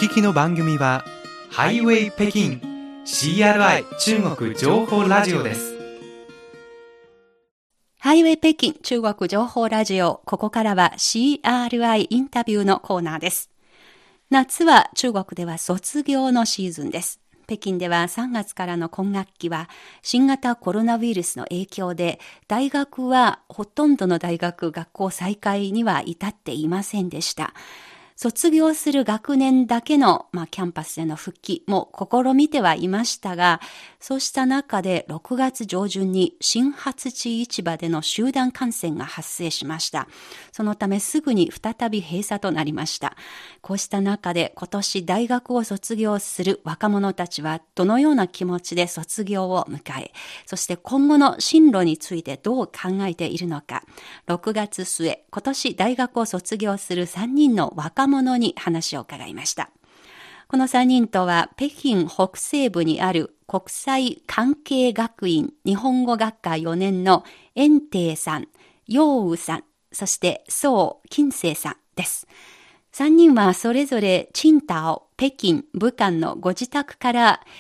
聞きの番組はハイウェイ北京 CRI 中国情報ラジオです。 ハイウェイ北京中国情報ラジオ、ここからは CRI インタビューのコーナーです。夏は中国では卒業のシーズンです。北京では3月からの今学期は新型コロナウイルスの影響で、大学はほとんどの学校再開には至っていませんでした。卒業する学年だけの、キャンパスへの復帰も試みてはいましたが、そうした中で6月上旬に新発地市場での集団感染が発生しました。そのためすぐに再び閉鎖となりました。こうした中で今年大学を卒業する若者たちはどのような気持ちで卒業を迎え、そして今後の進路についてどう考えているのか、6月末、今年大学を卒業する3人の若者に話を伺いました。この3人とは北京北西部にある国際関係学院日本語学科4年の炎帝さん、楊宇さん、そして宋金星さんです。3人はそれぞれ青島、北京、武漢のご自宅から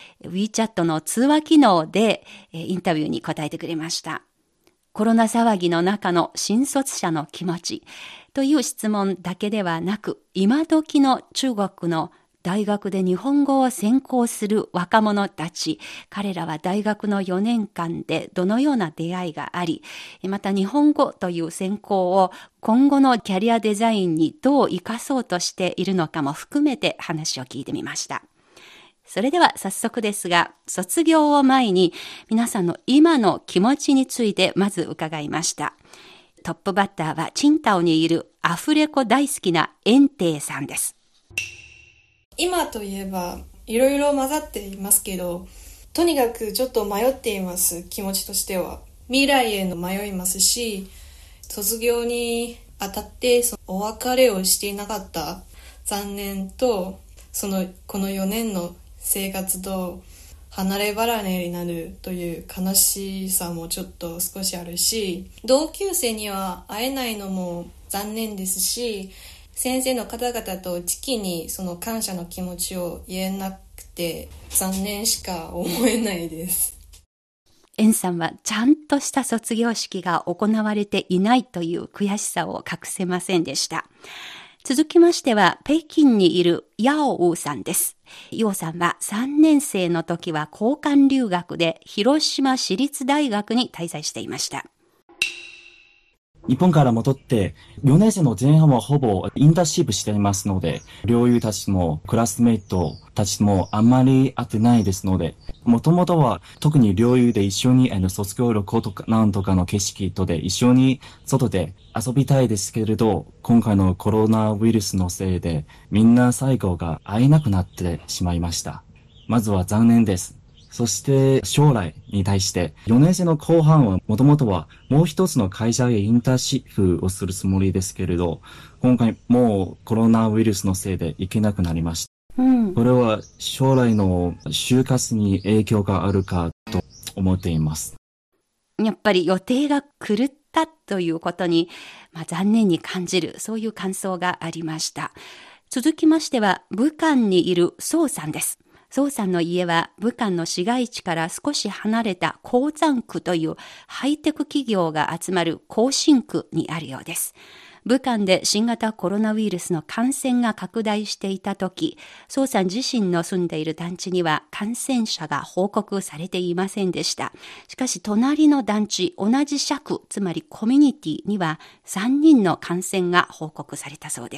WeChat の通話機能でインタビューに答えてくれました。コロナ騒ぎの中の新卒者の気持ちという質問だけではなく、今時の中国の大学で日本語を専攻する若者たち、彼らは大学の4年間でどのような出会いがあり、また日本語という専攻を今後のキャリアデザインにどう生かそうとしているのかも含めて話を聞いてみました。それでは早速ですが、卒業を前に皆さんの今の気持ちについてまず伺いました。トップバッターは青島にいるアフレコ大好きな炎帝さんです。 今といえばいろいろ混ざっていますけど、とにかくちょっと迷っています。気持ちとしては未来への迷いますし、卒業にあたってお別れをしていなかった残念と、この4年の生活と離れ離れになるという悲しさもちょっと少しあるし、同級生には会えないのも残念ですし、先生の方々と時にその感謝の気持ちを言えなくて残念しか思えないです。 エンさんはちゃんとした卒業式が行われていないという悔しさを隠せませんでした。続きましては北京にいる楊宇さんです。楊さんは3年生の時は交換留学で広島市立大学に滞在していました。 日本から戻って4年生の前半はほぼインターンシップしていますので、寮友たちもクラスメイトたちもあんまり会ってないですので、もともとは特に寮友で一緒に卒業旅行とかなんとかの景色とで一緒に外で遊びたいですけれど、今回のコロナウイルスのせいでみんな最後が会えなくなってしまいました。まずは残念です。そして将来に対して4年生の後半はもともとはもう一つの会社へインターンシップをするつもりですけれど、今回もうコロナウイルスのせいで行けなくなりました。これは将来の就活に影響があるかと思っています。 やっぱり予定が狂ったということに、残念に感じる、そういう感想がありました。続きましては武漢にいる宋さんです。宋さんの家は武漢の市街地から少し離れた鉱山区というハイテク企業が集まる工信区にあるようです。武漢で新型コロナウイルスの感染が拡大していた時、宋さん自身の住んでいる団地には感染者が報告されていませんでした。しかし隣の団地、同じ社区、つまりコミュニティには3人の感染が報告されたそうです。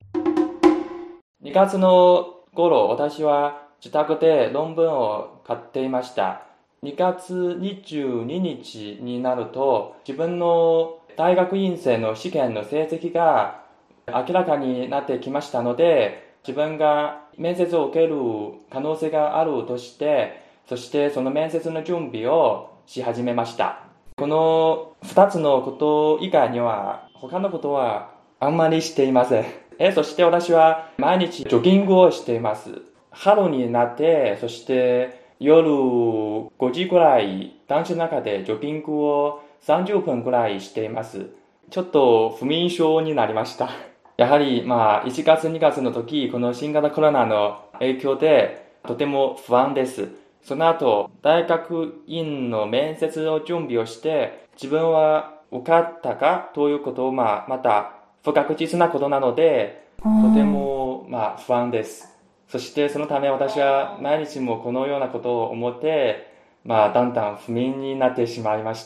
2月の頃、私は自宅で論文を書いていました。2月22日になると、自分の大学院生の試験の成績が明らかになってきましたので、自分が面接を受ける可能性があるとして、そしてその面接の準備をし始めました。この2つのこと以外には、他のことはあんまりしていません。そして私は毎日ジョギングをしています。春になって、そして夜5時くらい、団地の中でジョギングを30分くらいしています。ちょっと不眠症になりました。 やはり1月2月の時、この新型コロナの影響でとても不安です。その後、大学院の面接の準備をして、自分は受かったかということをまた不確実なことなので、とても不安です。そしてそのため私は毎日もこのようなことを思って、だんだん不眠になってしまいました。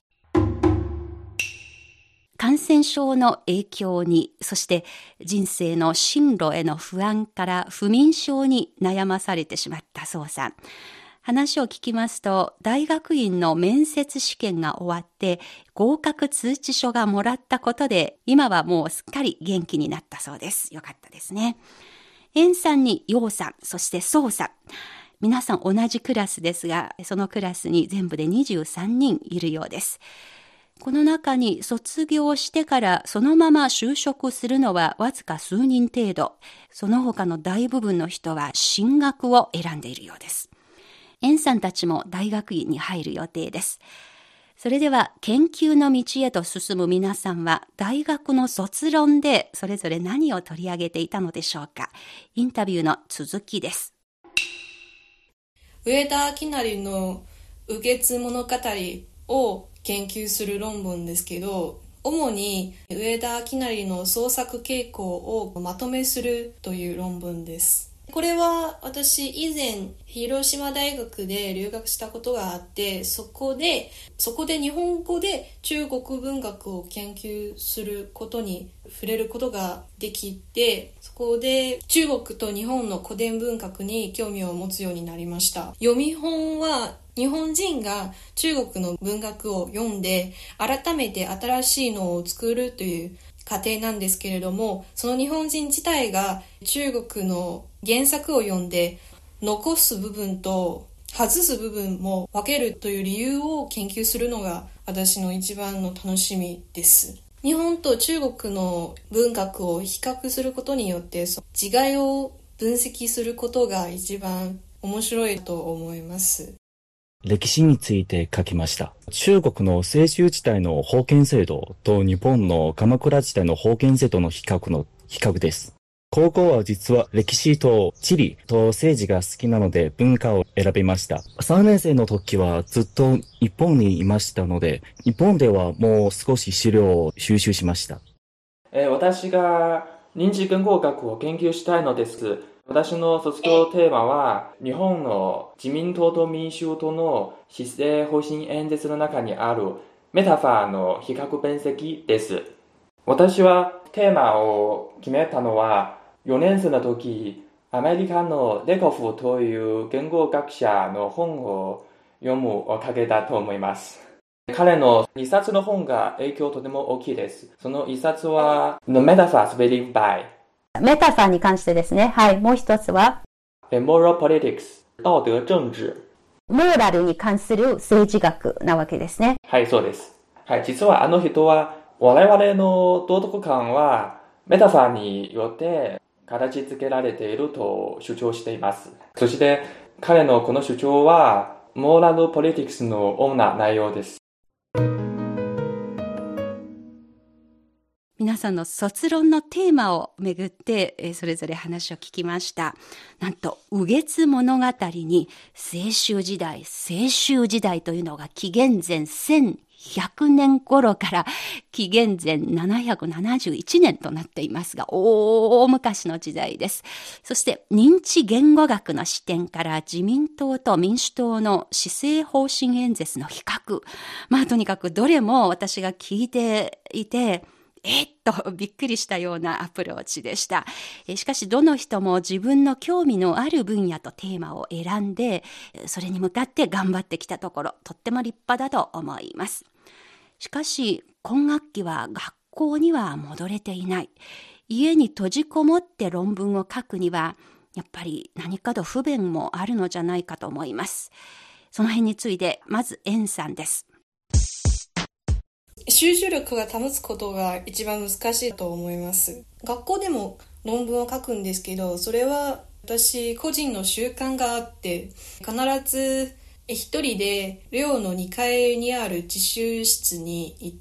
感染症の影響に、そして人生の進路への不安から不眠症に悩まされてしまった宋さん。話を聞きますと、大学院の面接試験が終わって合格通知書がもらったことで、今はもうすっかり元気になったそうです。よかったですね。エンさんにヨウさん、そしてソウさん。皆さん同じクラスですが、そのクラスに全部で23人いるようです。この中に卒業してからそのまま就職するのはわずか数人程度。その他の大部分の人は進学を選んでいるようです。エンさんたちも大学院に入る予定です。それでは研究の道へと進む皆さんは大学の卒論でそれぞれ何を取り上げていたのでしょうか。インタビューの続きです。 上田明成の雨月物語を研究する論文ですけど、主に上田明成の創作傾向をまとめするという論文です。これは私以前広島大学で留学したことがあって、そこで日本語で中国文学を研究することに触れることができて、そこで中国と日本の古典文学に興味を持つようになりました。読み本は日本人が中国の文学を読んで改めて新しいのを作るという過程なんですけれども、その日本人自体が中国の原作を読んで残す部分と外す部分も分けるという理由を研究するのが私の一番の楽しみです。日本と中国の文学を比較することによって違いを分析することが一番面白いと思います。 歴史について書きました。中国の清州時代の封建制度と日本の鎌倉時代の封建制度の比較です。高校は実は歴史と地理と政治が好きなので文化を選びました。3年生の時はずっと日本にいましたので、日本ではもう少し資料を収集しました。 私が認知言語学を研究したいのです。私の卒業テーマは日本の自民党と民衆党の施政方針演説の中にあるメタファーの比較分析です。私はテーマを決めたのは4年生の時、アメリカのレコフという言語学者の本を読むおかげだと思います。彼の2冊の本が影響とても大きいです。その1冊は The Metaphors We Live By。 メタファーに関してですね。はい。もう一つは Moral Politics 道德政治。 モーラルに関する政治学なわけですね。 はい、そうです。はい、実はあの人は我々の道徳観はメタファーによって形付けられていると主張しています。そして彼のこの主張はモーラルポリティクスの主な内容です。 皆さんの卒論のテーマをめぐってそれぞれ話を聞きました。なんと雨月物語に清州時代というのが紀元前1100年頃から紀元前771年となっていますが、大昔の時代です。そして認知言語学の視点から自民党と民主党の施政方針演説の比較。とにかくどれも私が聞いていて、とびっくりしたようなアプローチでした。しかしどの人も自分の興味のある分野とテーマを選んで、それに向かって頑張ってきたところ、とっても立派だと思います。しかし今学期は学校には戻れていない。家に閉じこもって論文を書くには、やっぱり何かと不便もあるのじゃないかと思います。その辺について、まずエンさんです。 集中力が保つことが一番難しいと思います。学校でも論文を書くんですけど、それは私個人の習慣があって、必ず一人で寮の2階にある自習室に行って、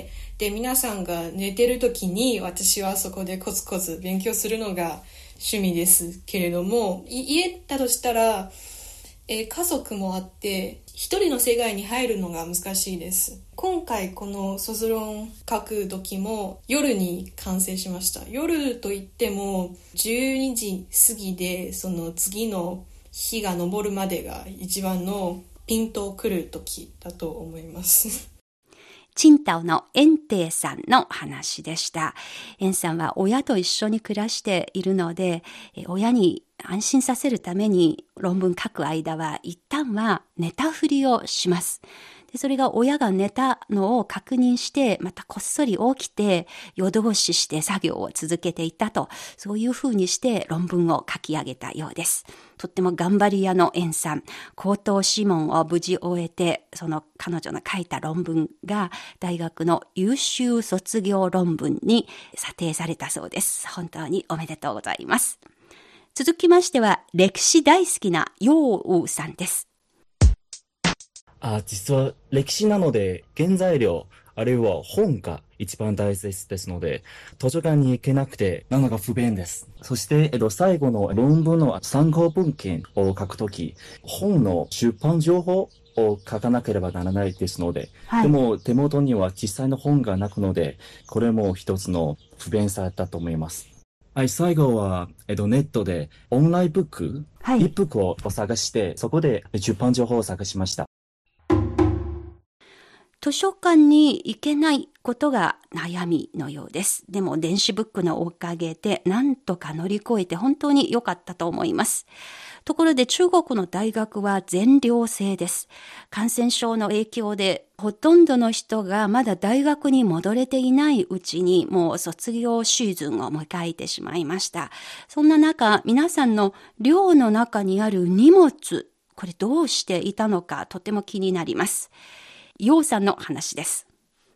で皆さんが寝てる時に私はそこでコツコツ勉強するのが趣味ですけれども、家だとしたら、家族もあって一人の世界に入るのが難しいです。今回この卒論書く時も夜に完成しました。夜といっても12時過ぎで、その次の日が昇るまでが一番のピンとくる時だと思います青島のエンテイさんの話でした。エンさんは親と一緒に暮らしているので、親に安心させるために論文書く間は一旦は寝たふりをします。でそれが親が寝たのを確認して、またこっそり起きて夜通しして作業を続けていたと、そういうふうにして論文を書き上げたようです。とっても頑張り屋のエンさん、口頭試問を無事終えて、その彼女の書いた論文が大学の優秀卒業論文に査定されたそうです。本当におめでとうございます。続きましては、歴史大好きなヨウウさんです。 実は歴史なので原材料あるいは本が一番大切ですので、図書館に行けなくてなのが不便です。そして、最後の論文の参考文献を書くとき、本の出版情報を書かなければならないですので、でも手元には実際の本がなくので、これも一つの不便さだと思います。最後は、ネットでオンラインブック、e ブックを探して、そこで出版情報を探しました。 図書館に行けないことが悩みのようです。でも電子ブックのおかげでなんとか乗り越えて本当に良かったと思います。ところで中国の大学は全寮制です。感染症の影響でほとんどの人がまだ大学に戻れていないうちにもう卒業シーズンを迎えてしまいました。そんな中、皆さんの寮の中にある荷物、これどうしていたのかとても気になります。ヨウさんの話です。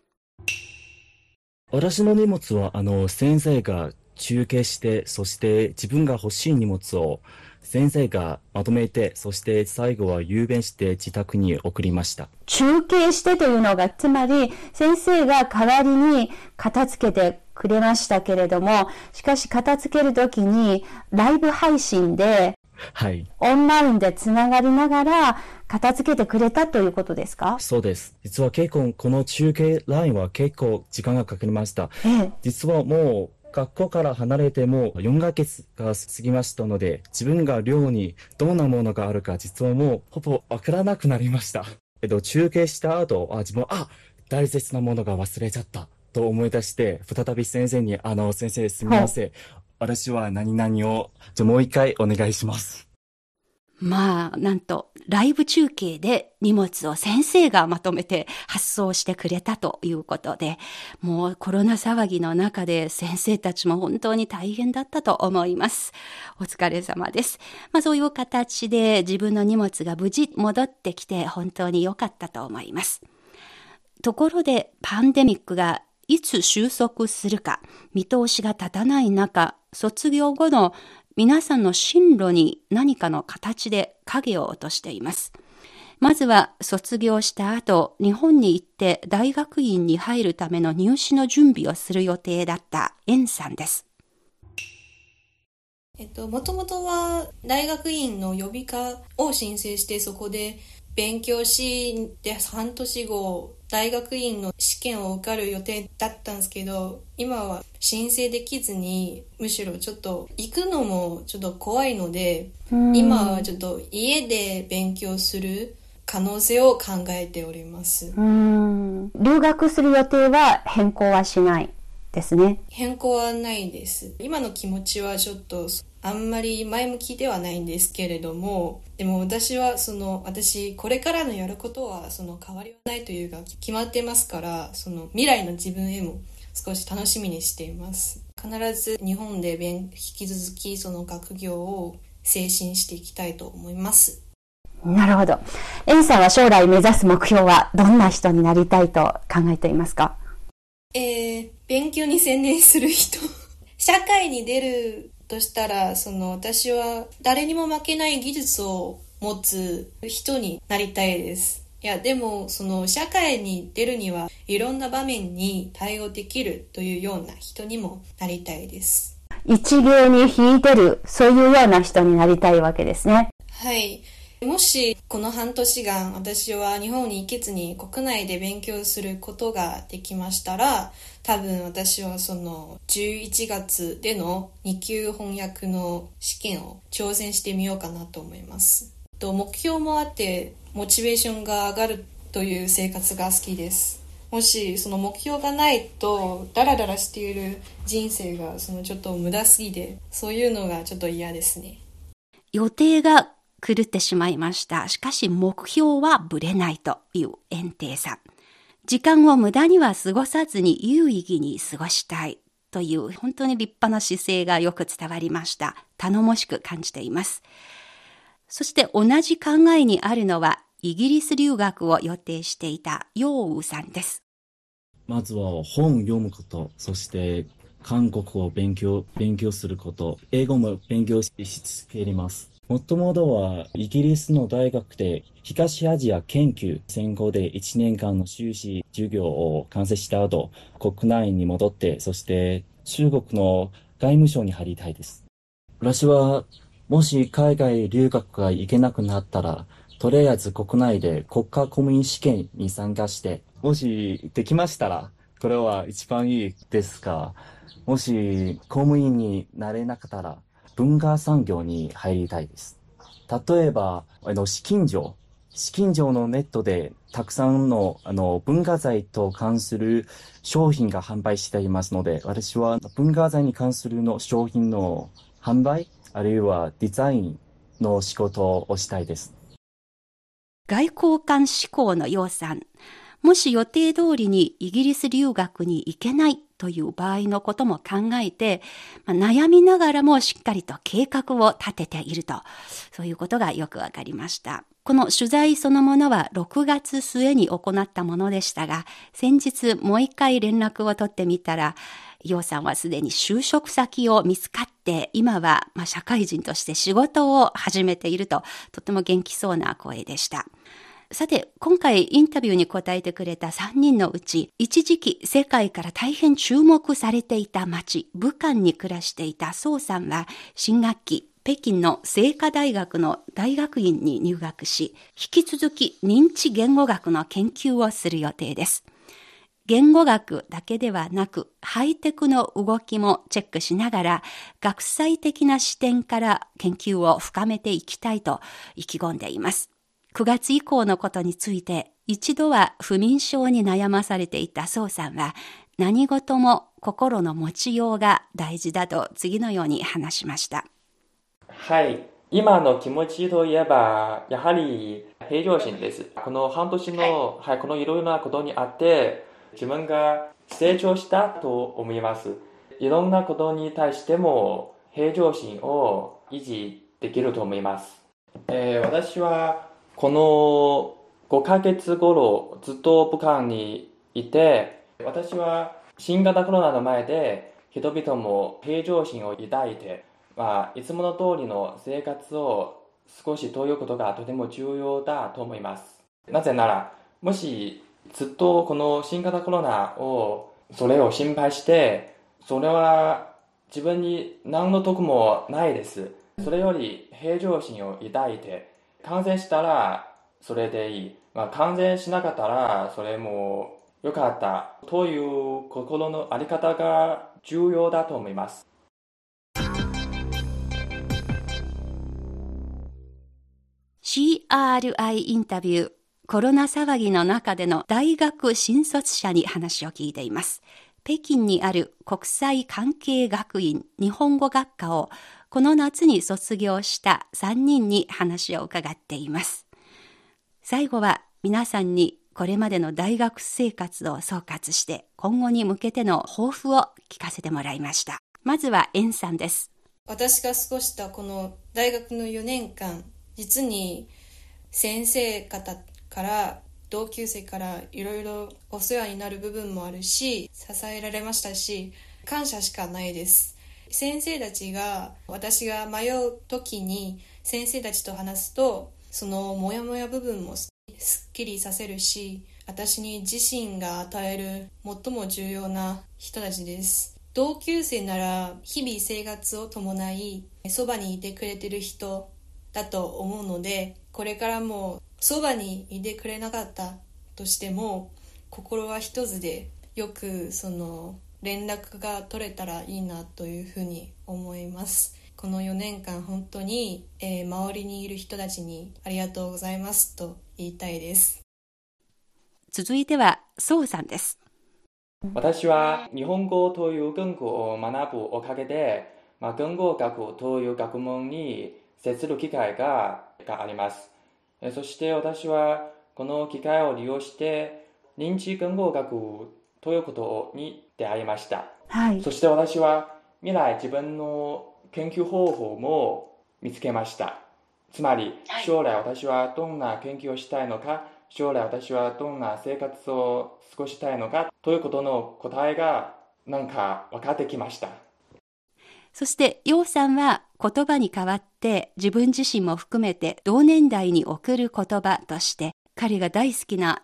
私の荷物は先生が中継して、そして自分が欲しい荷物を先生がまとめて、そして最後は郵便して自宅に送りました。 中継してというのが、つまり先生が代わりに片付けてくれましたけれども、しかし片付けるときにライブ配信でオンラインでつながりながら片付けてくれたということですか？ そうです。実は結構この中継ラインは結構時間がかかりました。実はもう学校から離れても4ヶ月が過ぎましたので、自分が寮にどんなものがあるか実はもうほぼわからなくなりました。中継した後、自分大切なものが忘れちゃったと思い出して、再び先生に先生すみません。私は何々をもう一回お願いします。 なんとライブ中継で荷物を先生がまとめて発送してくれたということで、もうコロナ騒ぎの中で先生たちも本当に大変だったと思います。お疲れ様です。そういう形で自分の荷物が無事戻ってきて本当に良かったと思います。ところでパンデミックがいつ収束するか見通しが立たない中、卒業後の皆さんの進路に何かの形で影を落としています。まずは卒業した後、日本に行って大学院に入るための入試の準備をする予定だったエンさんです。 もともとは大学院の予備科を申請して、そこで勉強して半年後大学院の試験を受かる予定だったんですけど、今は申請できずに、むしろちょっと行くのもちょっと怖いので、今はちょっと家で勉強する可能性を考えております。 留学する予定は変更はしないですね。 変更はないです。今の気持ちはちょっとあんまり前向きではないんですけれども、でも私は私これからのやることは変わりはないというか決まってますから、未来の自分へも少し楽しみにしています。必ず日本で引き続き学業を推進していきたいと思います。 なるほど。エンさんは将来目指す目標はどんな人になりたいと考えていますか？ 勉強に専念する人社会に出るとしたら、私は誰にも負けない技術を持持つ人になりたいです。いや、でもその社会に出るにはいろんな場面に対応できるというような人にもなりたいです。 一芸に秀でる、そういうような人になりたいわけですね。 はい。もしこの半年間私は日本に行けずに国内で勉強することができましたら、多分私はその11月での2級翻訳の試験を挑戦してみようかなと思います。目標もあってモチベーションが上がるという生活が好きです。もしその目標がないとダラダラしている人生がちょっと無駄すぎで、そういうのがちょっと嫌ですね。 予定が狂ってしまいました。しかし目標はぶれないという安定さ。時間を無駄には過ごさずに有意義に過ごしたいという本当に立派な姿勢がよく伝わりました。頼もしく感じています。そして同じ考えにあるのはイギリス留学を予定していたヨウウさんです。 まずは本を読むこと、そして韓国を勉強すること、英語も勉強し続けます。もともとはイギリスの大学で東アジア研究専攻で1年間の修士授業を完成した後、国内に戻って、そして中国の外務省に入りたいです。私はもし海外留学が行けなくなったら、とりあえず国内で国家公務員試験に参加して、もしできましたら、これは一番いいですが、もし公務員になれなかったら、文化産業に入りたいです。例えば、資金城のネットでたくさんの文化財と関する商品が販売していますので、私は文化財に関するの商品の販売、あるいはデザインの仕事をしたいです。 外交官志向の楊さん。もし予定通りにイギリス留学に行けないという場合のことも考えて、悩みながらもしっかりと計画を立てていると、そういうことがよくわかりました。この取材そのものは6月末に行ったものでしたが、先日もう一回連絡を取ってみたら、楊さんはすでに就職先を見つかって、今は社会人として仕事を始めていると、とても元気そうな声でした。さて、今回インタビューに答えてくれた3人のうち、一時期世界から大変注目されていた町、武漢に暮らしていた宋さんは、新学期、北京の清華大学の大学院に入学し、引き続き認知言語学の研究をする予定です。言語学だけではなく、ハイテクの動きもチェックしながら、学際的な視点から研究を深めていきたいと意気込んでいます。9月以降のことについて、一度は不眠症に悩まされていた宋さんは、何事も心の持ちようが大事だと次のように話しました。 はい。今の気持ちといえば、やはり平常心です。この半年の、このいろいろなことにあって、自分が成長したと思います。いろんなことに対しても平常心を維持できると思います。私はこの5ヶ月頃ずっと武漢にいて、私は新型コロナの前で人々も平常心を抱いて、いつもの通りの生活を少しということがとても重要だと思います。なぜなら、もしずっとこの新型コロナそれを心配して、それは自分に何の得もないです。それより平常心を抱いて、感染したらそれでいい。感染しなかったらそれも良かったという心のあり方が重要だと思います。 CRI インタビュー。コロナ騒ぎの中での大学新卒者に話を聞いています。北京にある国際関係学院日本語学科をこの夏に卒業した3人に話を伺っています。最後は皆さんにこれまでの大学生活を総括して今後に向けての抱負を聞かせてもらいました。まずはエンさんです。 私が過ごしたこの大学の4年間、実に先生方から同級生からいろいろお世話になる部分もあるし、支えられましたし、感謝しかないです。先生たちが、私が迷う時に先生たちと話すと、 そのモヤモヤ部分もすっきりさせるし、私に自身が与える最も重要な人たちです。同級生なら日々生活を伴いそばにいてくれてる人だと思うので、これからもそばにいてくれなかったとしても心は一つで、よくその連絡が取れたらいいなというふうに思います。この4年間本当に、周りにいる人たちにありがとうございますと言いたいです。 続いてはそうさんです。 私は日本語という言語を学ぶおかげで、言語学という学問に接する機会があります。そして私はこの機会を利用して認知言語学ということに出会いました。そして私は未来自分の研究方法も見つけました。つまり将来私はどんな研究をしたいのか、将来私はどんな生活を過ごしたいのかということの答えがなんか分かってきました。 そして陽さんは言葉に代わって自分自身も含めて同年代に送る言葉として彼が大好きな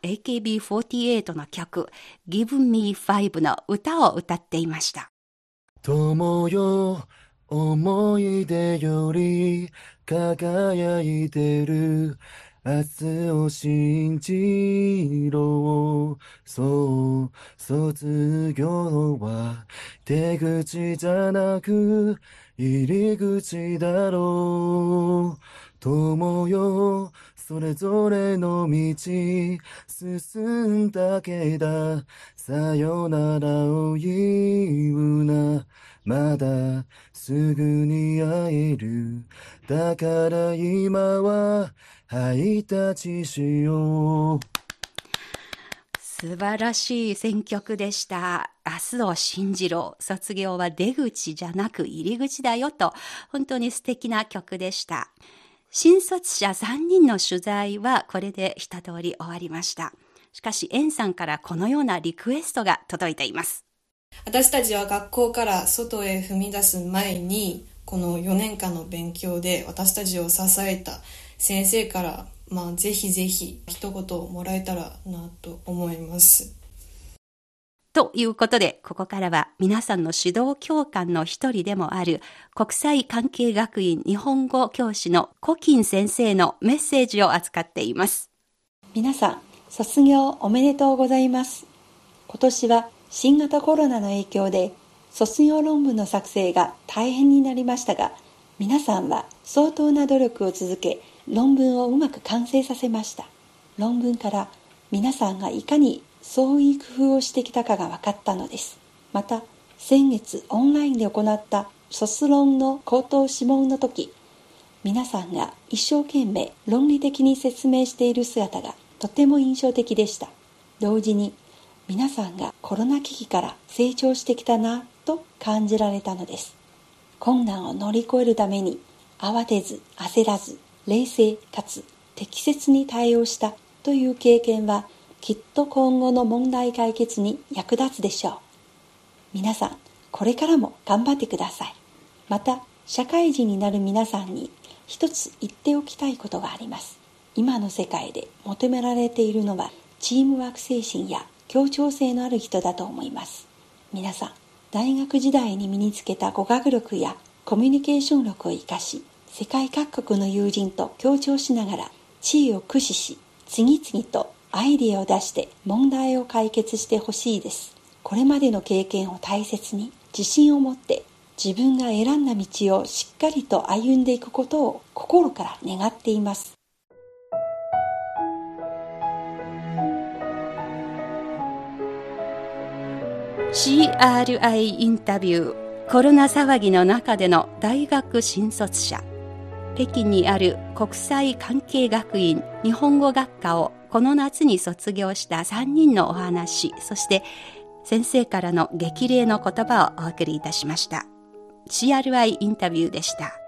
AKB48 の曲 Give Me 5の歌を歌っていました。 友よ思い出より輝いてる明日を信じろ。そう卒業は出口じゃなく入り口だろう。友よそれぞれの道進んだけだ。さよならを言うな。まだすぐに会える。だから今はハイタッチしよう。 素晴らしい選曲でした。明日を信じろ。卒業は出口じゃなく入り口だよと、本当に素敵な曲でした。新卒者3人の取材はこれで一通り終わりました。しかし、エンさんからこのようなリクエストが届いています。 私たちは学校から外へ踏み出す前に、この4年間の勉強で私たちを支えた先生から、ぜひぜひ一言もらえたらなと思います。 ということで、ここからは皆さんの指導教官の一人でもある国際関係学院日本語教師のコキン先生のメッセージを扱っています。 皆さん、卒業おめでとうございます。今年は新型コロナの影響で卒業論文の作成が大変になりましたが、皆さんは相当な努力を続け、論文をうまく完成させました。論文から皆さんがいかに創意工夫をしてきたかが分かったのです。また、先月オンラインで行った卒論の口頭諮問の時、皆さんが一生懸命論理的に説明している姿がとても印象的でした。同時に皆さんがコロナ危機から成長してきたなと感じられたのです。困難を乗り越えるために慌てず焦らず冷静かつ適切に対応したという経験はきっと今後の問題解決に役立つでしょう。皆さんこれからも頑張ってください。また社会人になる皆さんに一つ言っておきたいことがあります。今の世界で求められているのはチームワーク精神や協調性のある人だと思います。皆さん大学時代に身につけた語学力やコミュニケーション力を生かし、世界各国の友人と協調しながら知恵を駆使し、次々とアイデアを出して問題を解決してほしいです。これまでの経験を大切に自信を持って自分が選んだ道をしっかりと歩んでいくことを心から願っています。 CRI インタビュー、コロナ騒ぎの中での大学新卒者。北京にある国際関係学院日本語学科をこの夏に卒業した3人のお話、そして先生からの激励の言葉をお送りいたしました。CRI インタビューでした。